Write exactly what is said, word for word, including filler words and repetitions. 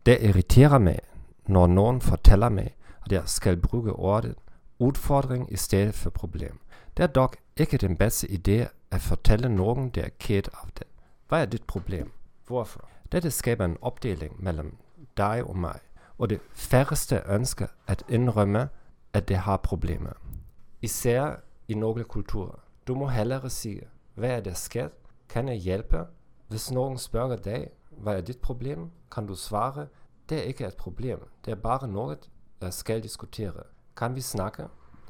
Det irriterer meg når noen forteller meg at jeg skal bruke ordet utfordring i stedet for problem. Det er dog ikke den bedste idé at fortelle noen de er ked av det. Hva er ditt problem? Hvorfor? Dette skaper en oppdeling mellom deg og meg, og de færreste ønsker at innrømme at de har problemer. Især i noen kulturer. Du må heller si hva er det skjedd? Kan jeg hjelpe? Hvis noen spør deg hva er ditt problem, kan du svare det er ikke et problem, det er bare noe jeg skal diskutere. Kan vi snakke?